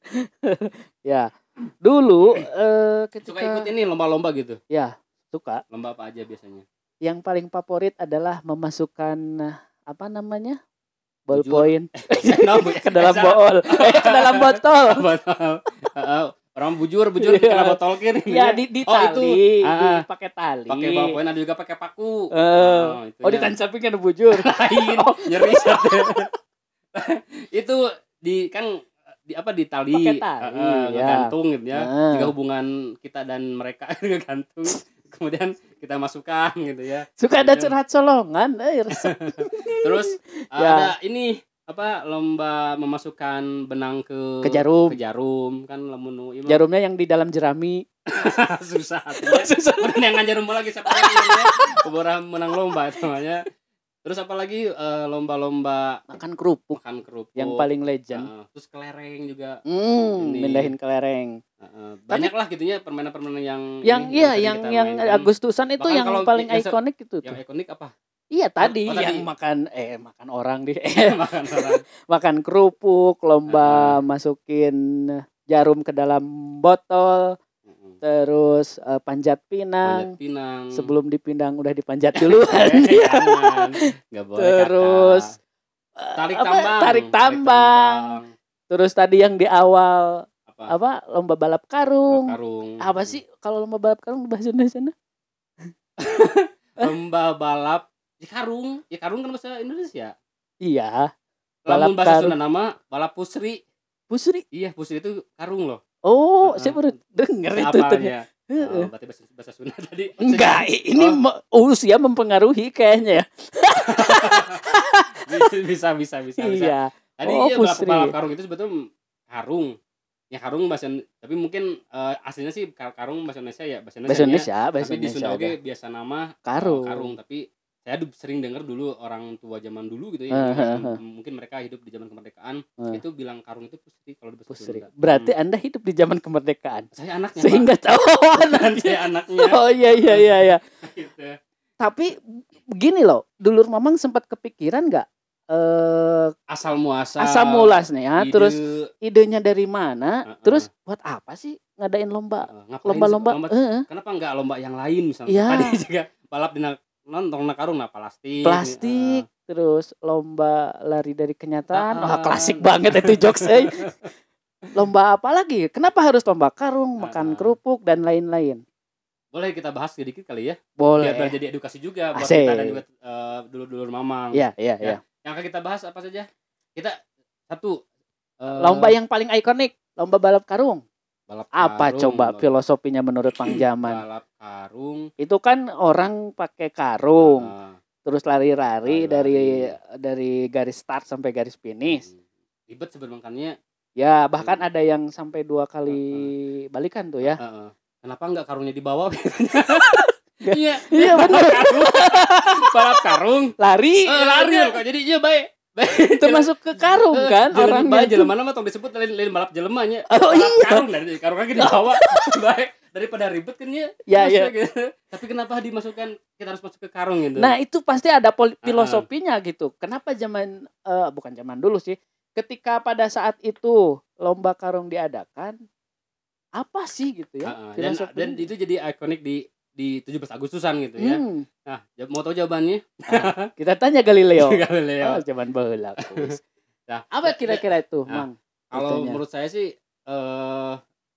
B: Ya, dulu eh, ketika
A: suka ikut ini lomba-lomba gitu.
B: ya suka.
A: Lomba apa aja biasanya?
B: Yang paling favorit adalah memasukkan eh, apa namanya
A: Bujur.
B: ballpoint
A: Nah, Bu,
B: ke dalam
A: Esa.
B: botol, eh, ke dalam botol.
A: Botol. Heeh. Orang bujur, bujur
B: Iya.
A: kena botol kiri.
B: Ya di, di
A: Oh, itu.
B: tali,
A: Ah, ah.
B: pakai tali.
A: Pakai ballpoint, ada juga pakai paku.
B: Eh,
A: Oh, itu
B: oh,
A: ya.
B: ditancapin kan bujur.
A: Lain, nyeri satu. Itu di kan di apa di tali,
B: Pakai tali,
A: eh, eh,
B: ya.
A: ngegantung gitu ya.
B: Nah.
A: Jika hubungan kita dan mereka ngegantung, kemudian kita masukkan gitu ya.
B: Suka ada
A: Iya.
B: curhat solongan, eh, resep.
A: Terus
B: Ya.
A: ada ini apa lomba memasukkan benang ke
B: Ke jarum.
A: ke jarum kan lamun nu ieu mah
B: Jarumnya yang di dalam jerami.
A: susah atuh.
B: Susah.
A: Kemudian yang ngajarum lagi siapa lagi ya. Keborah menang lomba itu namanya. Terus apalagi eh, lomba-lomba
B: Makan kerupuk
A: makan kerupuk
B: yang paling legend.
A: Heeh. Terus kelereng juga.
B: Hmm,
A: Ini.
B: mindahin kelereng.
A: Heeh. Banyak lah gitunya permainan-permainan yang
B: Yang
A: ini,
B: iya
A: sering
B: yang
A: kita
B: yang
A: mainkan.
B: Agustusan itu
A: Bahkan
B: yang
A: kalau
B: paling
A: yang se-
B: ikonik itu
A: yang
B: tuh.
A: ikonik apa?
B: Iya tadi
A: Oh, tadi.
B: yang makan eh makan orang di eh,
A: Makan orang.
B: makan kerupuk, lomba
A: Heeh.
B: masukin jarum ke dalam botol,
A: Heeh.
B: terus eh, panjat
A: Panjat
B: pinang.
A: pinang.
B: Sebelum dipindang udah dipanjat duluan.
A: Eh, jangan. Nggak boleh,
B: Terus
A: Kakak.
B: eh,
A: tarik
B: apa,
A: tambang.
B: tarik tambang. Terus tadi yang di awal
A: Apa?
B: apa lomba balap karung.
A: Karung.
B: Apa sih kalau lomba balap karung bahasa Indonesia?
A: Lomba balap di karung. Ya karung kan bahasa Indonesia.
B: Iya,
A: Lamun
B: Balap
A: bahasa
B: karung.
A: Sunda nama balap pusri.
B: pusri.
A: Iya, pusri itu karung loh.
B: Oh,
A: Heeh.
B: saya baru denger itu ternyata.
A: Apalnya?
B: Heeh.
A: Oh, berarti bahasa, bahasa Sunda tadi.
B: Enggak, ini
A: Oh.
B: me- usia mempengaruhi kayaknya ya.
A: bisa bisa bisa bisa.
B: Iya.
A: Tadi
B: Oh,
A: iya balap,
B: pusri.
A: balap karung itu sebetulnya karung. Ya karung bahasa tapi mungkin eh, aslinya sih kar- karung bahasa Indonesia ya bahasa Indonesia.
B: Bahasa Indonesia, bahasa
A: Tapi di
B: Indonesia.
A: Sunda oge
B: ada.
A: biasa nama eh,
B: Karung.
A: karung tapi saya du- sering dengar dulu orang tua zaman dulu gitu
B: Eh,
A: ya
B: eh,
A: m-
B: eh.
A: mungkin mereka hidup di zaman kemerdekaan
B: Eh.
A: itu bilang karung itu pusri kalau di bahasa
B: Pusri.
A: Sunda.
B: Berarti
A: Hmm.
B: Anda hidup di zaman kemerdekaan.
A: Saya anaknya
B: Sehingga tahu
A: Pak.
B: nanti.
A: saya anaknya
B: Oh iya iya iya iya.
A: gitu.
B: Tapi begini loh, dulur Mamang sempat kepikiran nggak eh
A: Asal muasal
B: asal mulasnya,
A: ide,
B: terus idenya dari mana,
A: Heeh.
B: terus buat apa sih ngadain lomba
A: eh, ngapain sih
B: lomba-lomba?
A: lomba-
B: Heeh.
A: kenapa enggak lomba yang lain misalnya
B: Iya.
A: tadi juga balap di nonton karung nah plastik
B: Plastik, terus lomba lari dari kenyataan.
A: Ah,
B: Wah,
A: ah.
B: klasik banget itu jokes eh. Lomba apa lagi? Kenapa harus lomba karung,
A: Ah,
B: makan
A: ah.
B: kerupuk dan lain-lain?
A: boleh kita bahas sedikit kali ya
B: Boleh.
A: biar, biar jadi edukasi juga buat
B: Asik.
A: kita dan juga eh, dulur-dulur mamang.
B: Iya, iya,
A: Ya.
B: iya.
A: Yang akan kita bahas apa saja? Kita satu eh,
B: Lomba yang paling ikonik, lomba balap karung.
A: balap
B: Apa
A: karung,
B: coba
A: balap-
B: filosofinya menurut Pang Jaman?
A: balap karung
B: Itu kan orang pakai karung,
A: eh,
B: terus lari-lari dari
A: Lari-lari.
B: dari garis start sampai garis finish.
A: hmm, ribet sebenarnya.
B: Ya, bahkan
A: Hmm.
B: ada yang sampai dua kali balikan tuh ya.
A: Eh, eh. Kenapa enggak karungnya dibawa?
B: Iya.
A: Iya,
B: Iya,
A: balap
B: bener.
A: karung. Balap karung.
B: Lari,
A: Eh, lari loh, Kak. Jadi iya baik. Baik.
B: itu masuk ke karung kan
A: orang
B: orangnya.
A: jelema nama tong disebut lain lain balap jelemanya.
B: Oh,
A: balap
B: iya.
A: karung dari karung lagi dibawa. Baik. daripada ribet kan ya.
B: Ya, ya.
A: Gitu. Tapi kenapa dimasukkan kita harus masuk ke karung gitu?
B: Nah, itu pasti ada pol- filosofinya uh-uh. gitu. Kenapa zaman uh, bukan zaman dulu sih, ketika pada saat itu lomba karung diadakan, apa sih gitu ya?
A: Uh-uh. Dan, dan itu jadi ikonik di di tujuh belas Agustusan gitu ya. Hmm. Nah, mau tahu jawabannya?
B: Nah, kita tanya Galileo.
A: Galileo.
B: Oh, zaman baheula. Nah, apa kira-kira itu, nah, Mang?
A: Kalau menurut saya sih uh,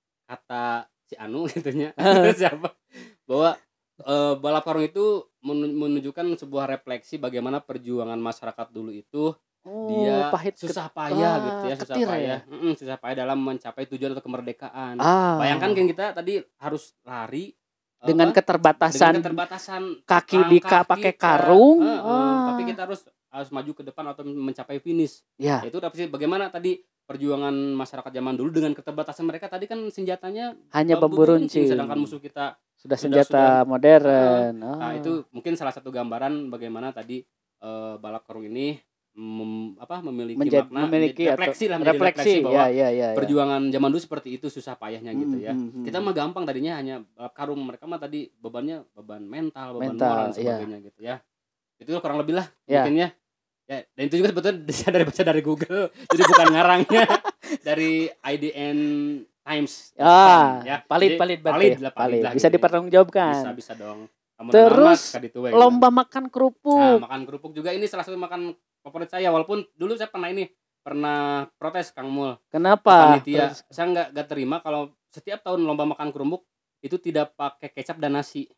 A: kata si Anu gitunya. Siapa? Bahwa uh, balap karung itu menunjukkan sebuah refleksi bagaimana perjuangan masyarakat dulu itu. Oh, dia pahit susah payah ah, gitu ya, susah payah. Ya? Mm-mm, susah payah dalam mencapai tujuan atau kemerdekaan. Ah. Bayangkan kan kita tadi harus lari
B: dengan apa? keterbatasan
A: dengan keterbatasan
B: kaki di pakai karung.
A: Uh, uh, ah. Tapi kita harus harus maju ke depan atau mencapai finish.
B: Ya.
A: Itu tapi bagaimana tadi perjuangan masyarakat zaman dulu dengan keterbatasan mereka tadi kan senjatanya
B: hanya bambu runcing,
A: sedangkan musuh kita
B: sudah senjata sudah, modern.
A: Uh, oh. Nah, itu mungkin salah satu gambaran bagaimana tadi uh, balap karung ini Mem, apa memiliki
B: Menjad,
A: makna
B: memiliki
A: refleksi lah
B: menjadi refleksi, refleksi
A: bahwa
B: ya, ya, ya, ya.
A: perjuangan zaman dulu seperti itu susah payahnya gitu ya.
B: Hmm, hmm,
A: kita mah gampang tadinya hanya balap karung, mereka mah tadi bebannya beban mental, beban
B: mental,
A: moral dan sebagainya ya. Gitu ya. Itu kurang lebih lah
B: ya.
A: mungkin ya. Ya, dan itu juga sebetulnya dari baca dari Google. Jadi bukan ngarangnya dari I D N Times.
B: Ah,
A: ya.
B: Palit palit
A: palit lah,
B: palit.
A: Lah,
B: bisa
A: gitu.
B: Dipertanggungjawabkan.
A: Bisa bisa dong.
B: Kamu terus lomba gitu. Makan kerupuk.
A: Nah, makan kerupuk juga ini salah satu makan favorit saya, walaupun dulu saya pernah ini pernah protes Kang Mul.
B: Kenapa?
A: Panitia. Saya nggak nggak terima kalau setiap tahun lomba makan kerupuk itu tidak pakai kecap dan nasi.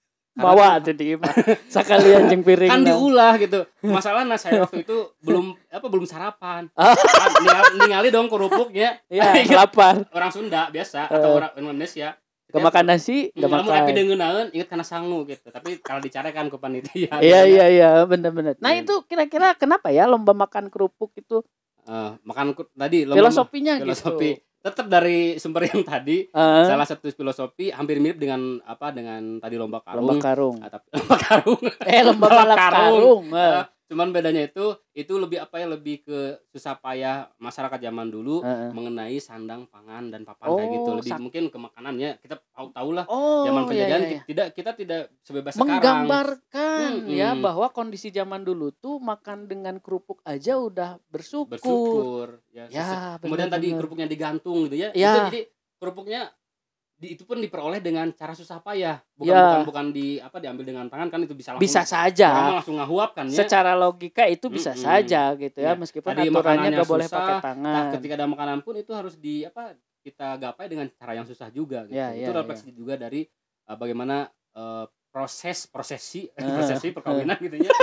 B: Bawa tuh di sekalian jeung piring.
A: Kan diulah gitu. Masalahnya saya waktu itu belum apa belum sarapan. ningali, ningali dong kerupuknya.
B: Iya, lapar.
A: Orang Sunda biasa atau orang Indonesia.
B: Kemakan nasi, enggak makan.
A: Kamu epi deungeun inget kana sangu gitu. Tapi kalau dicarekan ke panitia.
B: Iya iya iya, benar-benar. Nah, itu kira-kira kenapa ya lomba makan kerupuk itu?
A: Uh, makan tadi lomba
B: filosofinya
A: filosofi.
B: Gitu.
A: Tetap dari sumber yang tadi, uh. salah satu filosofi hampir mirip dengan apa dengan tadi lomba karung.
B: Lomba karung.
A: Atau lomba karung.
B: Eh, lomba balap karung. karung.
A: Uh, cuman bedanya itu itu lebih apa ya lebih ke susah payah masyarakat zaman dulu uh. mengenai sandang pangan dan papan oh, kayak gitu, lebih sak- mungkin ke makanannya kita tahu-tahu lah
B: oh,
A: zaman penjajahan
B: iya, iya.
A: tidak kita tidak sebebas
B: menggambarkan
A: sekarang.
B: ya
A: hmm,
B: bahwa kondisi zaman dulu tuh makan dengan kerupuk aja udah bersyukur.
A: Bersyukur ya.
B: ya
A: kemudian
B: bener,
A: tadi
B: bener.
A: kerupuknya digantung gitu ya.
B: ya.
A: Itu jadi kerupuknya di, itu pun diperoleh dengan cara susah payah, bukan
B: ya.
A: bukan bukan di apa diambil dengan tangan kan, itu bisa langsung
B: bisa saja
A: langsung ngahuap kan ya.
B: Secara logika itu bisa mm-hmm. saja gitu ya, ya. Meskipun tadi aturannya gak boleh pakai tangan.
A: Nah, ketika ada makanan pun itu harus di apa kita gapai dengan cara yang susah juga gitu.
B: Ya,
A: itu
B: ya,
A: refleksi
B: ya.
A: juga dari uh, bagaimana uh, proses prosesi uh, prosesi perkawinan gitu ya.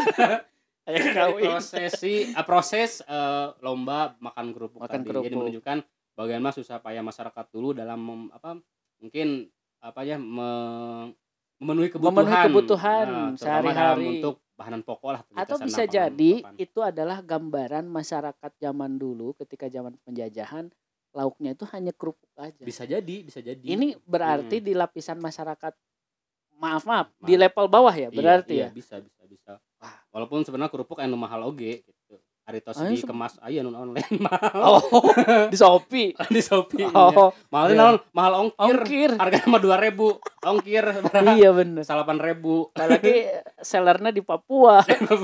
A: prosesi uh, proses uh, lomba makan kerupuk
B: makan
A: tadi.
B: Kerupuk.
A: Jadi menunjukkan bagaimana susah payah masyarakat dulu dalam mem, apa mungkin apa ya me, memenuhi kebutuhan,
B: memenuhi kebutuhan
A: nah,
B: sehari-hari
A: untuk bahan pokok lah.
B: Atau bisa jadi papan. Itu adalah gambaran masyarakat zaman dulu ketika zaman penjajahan, lauknya itu hanya kerupuk aja.
A: Bisa jadi, bisa jadi.
B: Ini berarti hmm. di lapisan masyarakat maaf maaf, maaf. Di level bawah ya berarti
A: iya,
B: ya.
A: Iya, bisa bisa bisa. Wah, walaupun sebenarnya kerupuk anu mahal oge gitu. Aritos
B: Ayo,
A: dikemas aya nu online mahal.
B: Oh, di Shopee.
A: Di Shopee.
B: Oh,
A: ya. Mahal iya. naon? Mahal ongkir.
B: Ongkir.
A: Harganya mah dua ribu. Ongkir.
B: Iya bener.
A: delapan ribu.
B: Apalagi sellernya di Papua.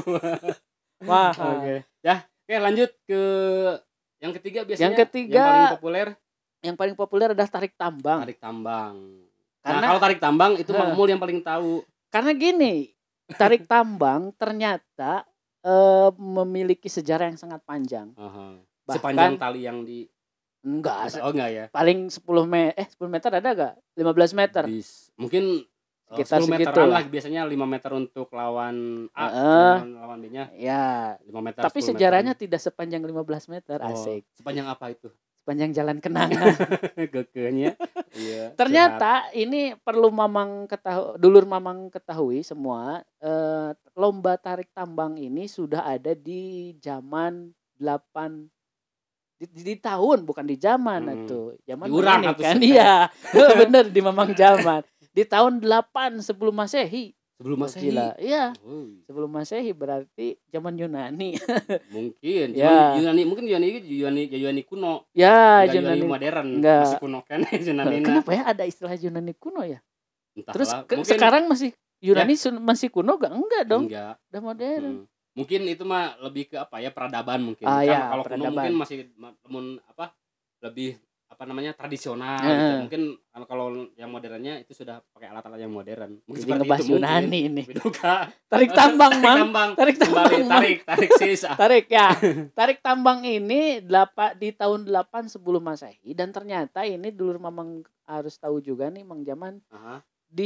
B: Wah.
A: Oke. Okay. Ya, oke lanjut ke yang ketiga biasanya.
B: Yang ketiga
A: yang paling populer.
B: Yang paling populer adalah tarik tambang.
A: Tarik tambang.
B: Karena
A: nah, kalau tarik tambang itu Makmul yang paling tahu.
B: Karena gini, tarik tambang ternyata Uh, memiliki sejarah yang sangat panjang.
A: Uh-huh. Sepanjang tali yang di
B: enggak
A: oh enggak ya.
B: Paling sepuluh me- eh sepuluh meter ada enggak? lima belas meter.
A: Di, mungkin
B: sekitar
A: sepuluh
B: segitu
A: lah, biasanya lima meter untuk lawan A,
B: uh,
A: lawan B-nya.
B: Ya,
A: lima meter.
B: Tapi sejarahnya meter. Tidak sepanjang lima belas meter,
A: oh,
B: asik.
A: Sepanjang apa itu?
B: Sepanjang jalan kenangan.
A: Gekenya. Iya.
B: Ternyata sehat. Ini perlu Mamang ketahui, dulur Mamang ketahui semua, eh, lomba tarik tambang ini sudah ada di zaman delapan di, di, di tahun bukan di zaman hmm. itu. Zaman ini kan iya. Bener di Mamang zaman. Di tahun delapan sebelum Masehi.
A: Sebelum
B: Oh,
A: Masehi.
B: gila. Iya,
A: Oh,
B: sebelum Masehi berarti zaman Yunani.
A: mungkin.
B: Ya.
A: Cuman Yunani mungkin Yunani Yunani Yunani kuno.
B: Ya,
A: Enggak Yunani
B: Yunani
A: modern.
B: enggak.
A: Masih kuno kan Yunani.
B: Kenapa ya ada istilah Yunani kuno ya? Terus
A: Entahlah.
B: ke-
A: Mungkin
B: sekarang masih Yunani sun- masih kuno gak? Enggak dong.
A: enggak.
B: Udah modern.
A: Hmm. Mungkin itu mah lebih ke apa ya, peradaban mungkin.
B: Ah,
A: Kan
B: ya,
A: kalau kuno
B: peradaban.
A: mungkin masih ma- namun apa lebih apa namanya tradisional
B: Eh.
A: gitu. Mungkin kalau yang modernnya itu sudah pakai alat-alat yang modern. Mungkin
B: Jadi
A: seperti
B: ngebahas
A: itu mungkin.
B: Yunani ini.
A: Tapi duka.
B: Tarik tambang,
A: Tarik
B: Mang.
A: tambang.
B: Tarik tambang,
A: Kembali,
B: Mang.
A: tarik, tarik sisa.
B: Tarik ya. Tarik tambang ini delapan di tahun delapan sebelum Masehi dan ternyata ini dulur Mamang harus tahu juga nih Mang Jaman
A: Aha.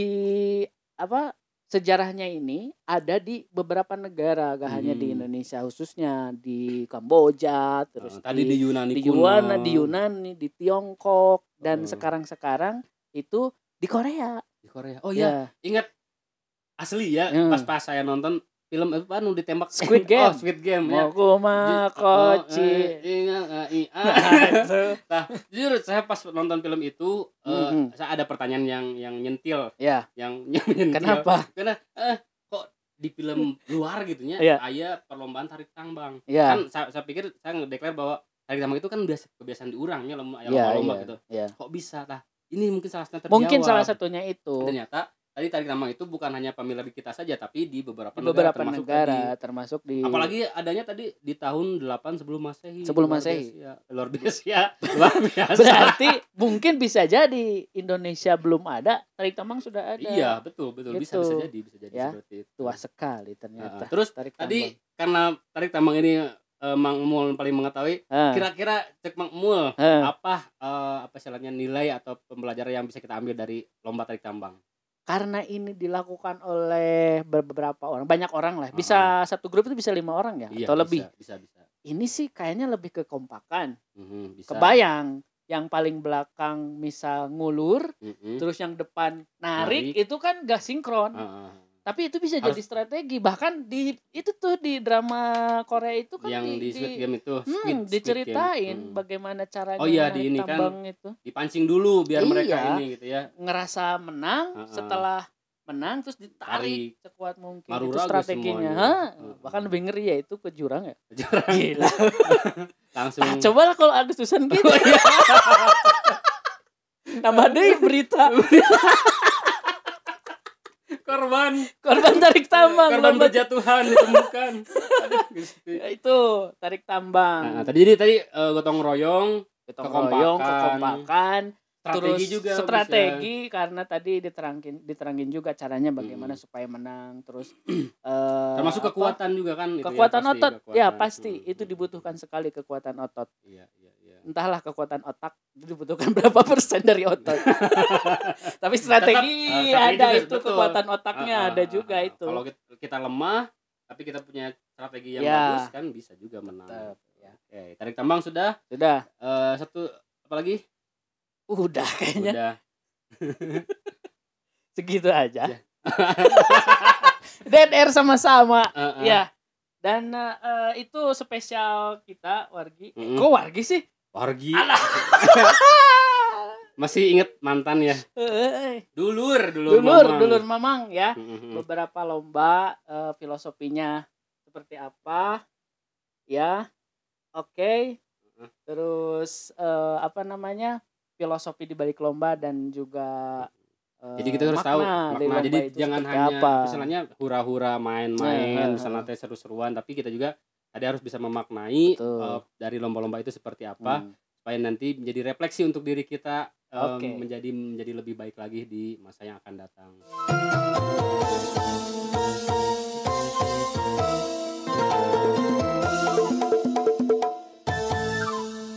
B: di apa sejarahnya ini ada di beberapa negara, gak hanya di
A: Hmm.
B: Indonesia, khususnya di Kamboja, terus
A: Nah, tadi di Yunani
B: di
A: kuno.
B: Yunan, di Yunani, di Tiongkok, dan
A: Oh.
B: sekarang-sekarang itu di Korea.
A: Di Korea. Oh iya,
B: Ya.
A: ingat asli ya
B: Hmm.
A: pas pas saya nonton film apa nu ditembak
B: Squid Game.
A: Oh, Squid Game ya.
B: Mokuma kochi.
A: Ingat Nah, jujur saya pas nonton film itu eh,
B: Mhm.
A: saya ada pertanyaan yang yang nyentil,
B: Ya,
A: yang yang menyentil.
B: kenapa?
A: Karena eh kok di film luar gitu nya
B: Iya.
A: aya perlombaan tarik tambang.
B: Iya.
A: Kan saya, saya pikir saya ngedeklar bahwa tarik tambang itu kan biasa kebiasaan di urangnya lomba
B: Iya,
A: lomba
B: iya,
A: gitu.
B: iya.
A: Kok bisa lah? Ini mungkin salah satu
B: Mungkin
A: terjawab.
B: salah satunya itu
A: Ternyata tadi tarik tambang itu bukan hanya pemilik kita saja tapi di beberapa
B: di
A: negara
B: beberapa
A: termasuk
B: negara,
A: tadi.
B: termasuk di
A: Apalagi adanya tadi di tahun delapan sebelum Masehi.
B: Sebelum
A: Luar
B: Masehi.
A: biasa ya. Luar biasa ya. Luar biasa.
B: berarti mungkin bisa jadi Indonesia belum ada, tarik tambang sudah ada.
A: Iya, betul, betul. Bisa bisa
B: Gitu.
A: jadi, bisa jadi
B: Ya.
A: seperti itu.
B: Tua sekali
A: Nah,
B: ternyata.
A: terus
B: tarik
A: tadi
B: tambang.
A: karena tarik tambang ini eh, Mang Mul paling mengetahui,
B: Ah,
A: kira-kira cek Mang Mul
B: ah.
A: apa eh, apa istilahnya nilai atau pembelajaran yang bisa kita ambil dari lomba tarik tambang?
B: Karena ini dilakukan oleh beberapa orang, banyak orang lah. Bisa satu grup itu bisa lima orang ya,
A: Iya,
B: atau
A: bisa,
B: lebih.
A: Bisa, bisa.
B: Ini sih kayaknya lebih ke kompakan.
A: Mhm, bisa.
B: Kebayang yang paling belakang misal ngulur,
A: Mhm.
B: terus yang depan narik,
A: Narik.
B: itu kan gak sinkron.
A: Heeh.
B: Tapi itu bisa
A: Harus-
B: jadi strategi. Bahkan di itu tuh di drama Korea itu kan
A: yang
B: di,
A: di, Squid
B: di-
A: Game itu,
B: hmm,
A: Squid, Squid Game.
B: diceritain
A: Hmm.
B: bagaimana caranya
A: Oh iya,
B: menarik
A: di ini kan
B: tambang itu.
A: dipancing dulu biar mereka
B: Iya.
A: ini gitu ya.
B: Ngerasa menang,
A: Heeh.
B: setelah menang terus
A: Tarik.
B: ditarik sekuat mungkin.
A: Maruraga
B: Itu strateginya.
A: semuanya.
B: Hah?
A: Heeh.
B: Bahkan lebih ngeri ya itu ke jurang ya.
A: Jurang.
B: Gila.
A: Langsung.
B: Nah, cobalah kalau Agustusan gitu. Nambah deh berita.
A: Korban.
B: Korban tarik tambang.
A: Korban
B: lomba-
A: berjatuhan ditemukan. Aduh, Gusti.
B: Ya, itu tarik tambang.
A: Nah, tadi jadi tadi eh, gotong royong,
B: Gotong
A: kekompakan.
B: royong, kekompakan,
A: strategi
B: terus
A: juga
B: strategi karena tadi diterangin diterangin juga caranya bagaimana
A: Mm-mm.
B: supaya menang, terus
A: bisa.
B: eh,
A: Termasuk
B: apa,
A: kekuatan juga kan itu ya,
B: kekuatan
A: pasti,
B: otot.
A: kekuatan.
B: Ya pasti
A: Hmm,
B: itu
A: hmm,
B: dibutuhkan
A: hmm.
B: sekali kekuatan otot.
A: Iya, iya, iya.
B: Entahlah kekuatan otak itu dibutuhkan berapa persen dari otot. Tapi strategi
A: Tetap, eh, strategi
B: ada
A: juga,
B: itu
A: betul.
B: kekuatan otaknya
A: Ah, ah,
B: ada
A: ah,
B: juga
A: ah.
B: itu.
A: Kalau kita, kita lemah tapi kita punya strategi yang
B: Ya.
A: bagus kan bisa juga menang.
B: Tetap, ya.
A: Oke, tarik tambang sudah.
B: Sudah,
A: Eh, satu apa lagi?
B: udah kayaknya
A: Udah.
B: segitu aja.
A: Ya.
B: Dead air sama-sama.
A: Eh, eh.
B: Ya. Dan eh, itu spesial kita Wargi.
A: Mm-mm.
B: Kok Wargi sih?
A: Wargi.
B: Alah.
A: Masih inget mantan ya?
B: Eh,
A: Dulur, dulur,
B: Dulur,
A: Mamang.
B: dulur Mamang ya.
A: Mm-mm.
B: Beberapa lomba eh, filosofinya seperti apa? Ya. Oke.
A: Mm-mm.
B: Terus eh, apa namanya? Filosofi di balik lomba dan juga eh,
A: Jadi kita harus tahu
B: makna dari
A: makna.
B: lomba
A: Jadi
B: itu
A: jangan
B: seperti
A: hanya
B: apa.
A: misalnya hura-hura main-main,
B: Nah,
A: misalnya teh seru-seruan, tapi kita juga tadi harus bisa memaknai
B: Betul.
A: eh, dari lomba-lomba itu seperti apa
B: Hmm.
A: supaya nanti menjadi refleksi untuk diri kita em,
B: Oke.
A: menjadi menjadi lebih baik lagi di masa yang akan datang.